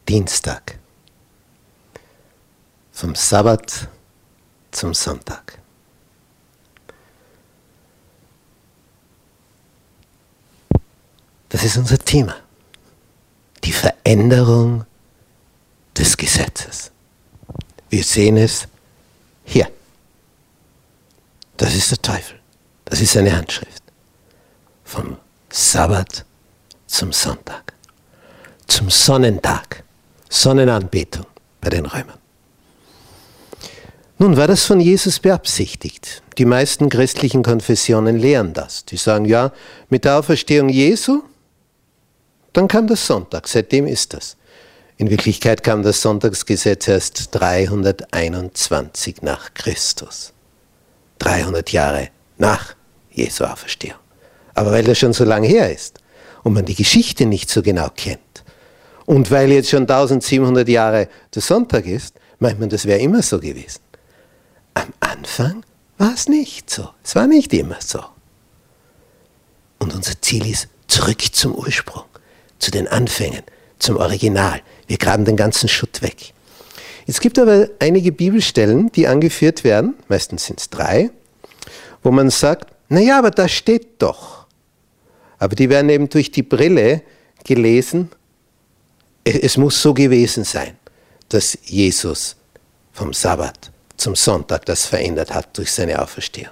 Dienstag. Vom Sabbat zum Sonntag. Das ist unser Thema. Die Veränderung des Gesetzes. Wir sehen es hier. Das ist der Teufel. Das ist seine Handschrift. Vom Sabbat zum Sonntag. Zum Sonnentag. Sonnenanbetung bei den Römern. Nun war das von Jesus beabsichtigt. Die meisten christlichen Konfessionen lehren das. Die sagen, ja, mit der Auferstehung Jesu, dann kam der Sonntag, seitdem ist das. In Wirklichkeit kam das Sonntagsgesetz erst 321 nach Christus. 300 Jahre nach Jesu Auferstehung. Aber weil das schon so lange her ist und man die Geschichte nicht so genau kennt und weil jetzt schon 1700 Jahre der Sonntag ist, meint man, das wäre immer so gewesen. Am Anfang war es nicht so. Es war nicht immer so. Und unser Ziel ist, zurück zum Ursprung, zu den Anfängen, zum Original. Wir graben den ganzen Schutt weg. Es gibt aber einige Bibelstellen, die angeführt werden, meistens sind es 3, wo man sagt, naja, aber da steht doch. Aber die werden eben durch die Brille gelesen, es muss so gewesen sein, dass Jesus vom Sabbat zum Sonntag das verändert hat durch seine Auferstehung.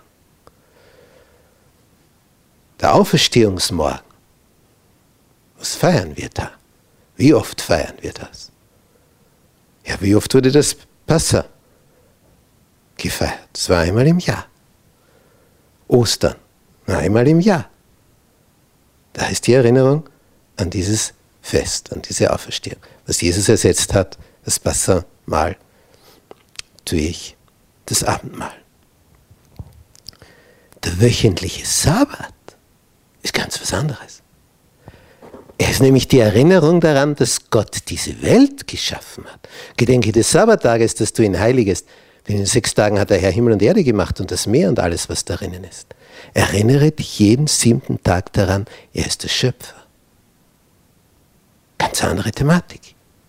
Der Auferstehungsmorgen, was feiern wir da? Wie oft feiern wir das? Ja, wie oft wurde das Passa gefeiert? Das war einmal im Jahr. Ostern, einmal im Jahr. Da ist die Erinnerung an dieses Fest, an diese Auferstehung. Was Jesus ersetzt hat, das Passamal durch das Abendmahl. Der wöchentliche Sabbat ist ganz was anderes. Er ist nämlich die Erinnerung daran, dass Gott diese Welt geschaffen hat. Gedenke des Sabbattages, dass du ihn heiligest, denn in 6 Tagen hat der Herr Himmel und Erde gemacht und das Meer und alles, was darinnen ist. Erinnere dich jeden 7. Tag daran, er ist der Schöpfer. Ganz andere Thematik.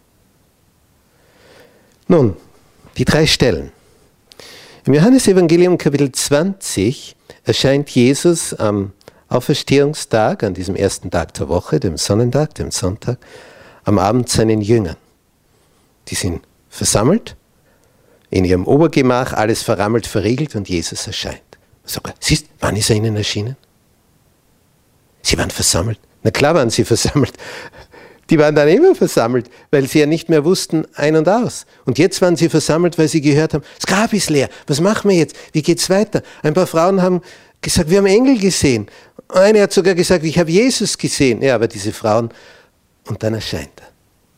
Nun, die 3 Stellen. Im Johannesevangelium Kapitel 20 erscheint Jesus am Auferstehungstag, an diesem 1. Tag der Woche, dem Sonnentag, dem Sonntag, am Abend seinen Jüngern. Die sind versammelt, in ihrem Obergemach, alles verrammelt, verriegelt und Jesus erscheint. Sagt er, siehst, wann ist er ihnen erschienen? Sie waren versammelt. Na klar waren sie versammelt. Die waren dann immer versammelt, weil sie ja nicht mehr wussten, ein und aus. Und jetzt waren sie versammelt, weil sie gehört haben, das Grab ist leer, was machen wir jetzt? Wie geht's weiter? Ein paar Frauen haben gesagt, wir haben Engel gesehen. Eine hat sogar gesagt, ich habe Jesus gesehen. Ja, aber diese Frauen, und dann erscheint er.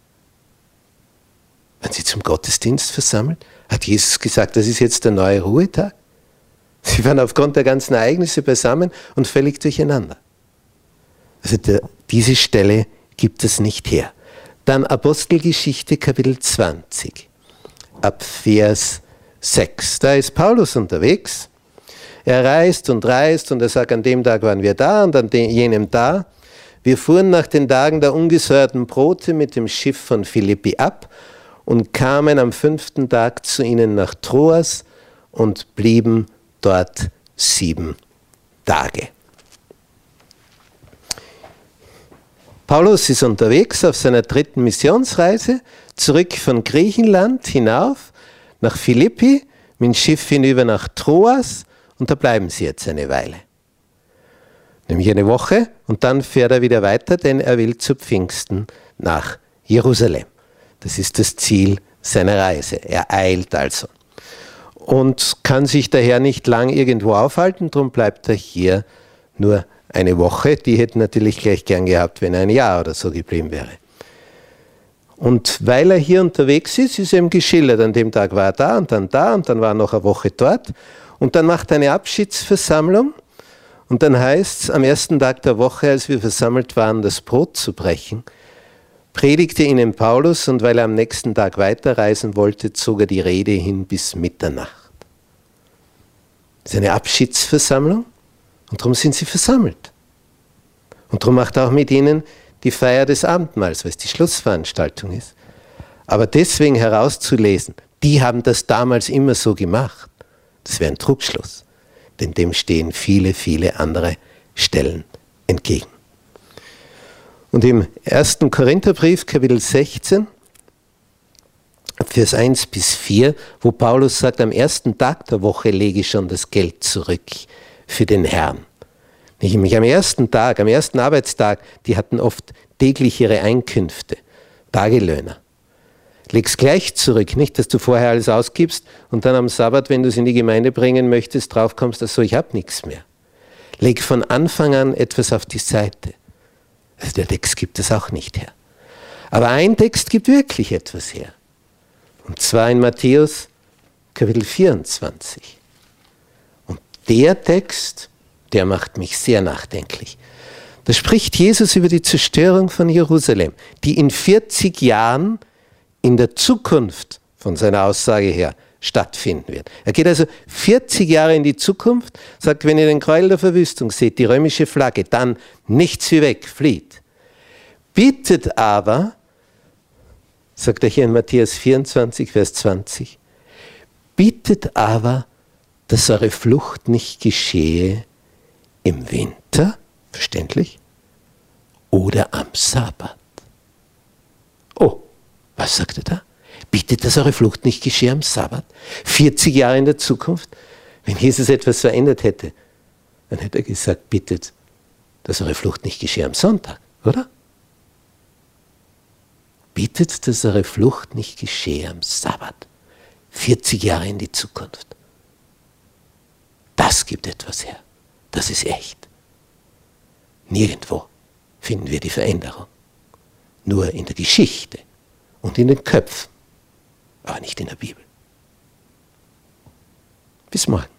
Waren sie zum Gottesdienst versammelt? Hat Jesus gesagt, das ist jetzt der neue Ruhetag? Sie waren aufgrund der ganzen Ereignisse beisammen und völlig durcheinander. Also diese Stelle gibt es nicht her. Dann Apostelgeschichte Kapitel 20, ab Vers 6. Da ist Paulus unterwegs. Er reist und er sagt, an dem Tag waren wir da und an jenem da. Wir fuhren nach den Tagen der ungesäuerten Brote mit dem Schiff von Philippi ab und kamen am 5. Tag zu ihnen nach Troas und blieben dort 7 Tage. Paulus ist unterwegs auf seiner 3. Missionsreise, zurück von Griechenland hinauf nach Philippi, mit dem Schiff hinüber nach Troas und da bleiben sie jetzt eine Weile. Nämlich eine Woche und dann fährt er wieder weiter, denn er will zu Pfingsten nach Jerusalem. Das ist das Ziel seiner Reise. Er eilt also und kann sich daher nicht lang irgendwo aufhalten, darum bleibt er hier nur eine Woche. Die hätten natürlich gleich gern gehabt, wenn er ein Jahr oder so geblieben wäre. Und weil er hier unterwegs ist, ist ihm geschildert, an dem Tag war er da und dann war er noch eine Woche dort und dann macht er eine Abschiedsversammlung und dann heißt es, am 1. Tag der Woche, als wir versammelt waren, das Brot zu brechen, predigte ihnen Paulus und weil er am nächsten Tag weiterreisen wollte, zog er die Rede hin bis Mitternacht. Das ist eine Abschiedsversammlung und darum sind sie versammelt. Und darum macht er auch mit ihnen die Feier des Abendmahls, weil es die Schlussveranstaltung ist. Aber deswegen herauszulesen, die haben das damals immer so gemacht, das wäre ein Trugschluss. Denn dem stehen viele, viele andere Stellen entgegen. Und im 1. Korintherbrief, Kapitel 16, Vers 1 bis 4, wo Paulus sagt, am ersten Tag der Woche lege ich schon das Geld zurück für den Herrn. Nämlich am ersten Tag, am ersten Arbeitstag, die hatten oft täglich ihre Einkünfte, Tagelöhner. Leg's gleich zurück, nicht, dass du vorher alles ausgibst und dann am Sabbat, wenn du es in die Gemeinde bringen möchtest, draufkommst, dass so, ich habe nichts mehr. Leg von Anfang an etwas auf die Seite. Also der Text gibt es auch nicht her. Aber ein Text gibt wirklich etwas her. Und zwar in Matthäus Kapitel 24. Und der Text, der macht mich sehr nachdenklich. Da spricht Jesus über die Zerstörung von Jerusalem, die in 40 Jahren in der Zukunft von seiner Aussage her stattfinden wird. Er geht also 40 Jahre in die Zukunft, sagt, wenn ihr den Gräuel der Verwüstung seht, die römische Flagge, dann nichts wie weg, flieht. Bittet aber, sagt er hier in Matthäus 24, Vers 20, bittet aber, dass eure Flucht nicht geschehe im Winter, verständlich, oder am Sabbat. Oh, was sagt er da? Bittet, dass eure Flucht nicht geschehe am Sabbat. 40 Jahre in der Zukunft. Wenn Jesus etwas verändert hätte, dann hätte er gesagt, bittet, dass eure Flucht nicht geschehe am Sonntag, oder? Bittet, dass eure Flucht nicht geschehe am Sabbat. 40 Jahre in die Zukunft. Das gibt etwas her. Das ist echt. Nirgendwo finden wir die Veränderung. Nur in der Geschichte und in den Köpfen, aber nicht in der Bibel. Bis morgen.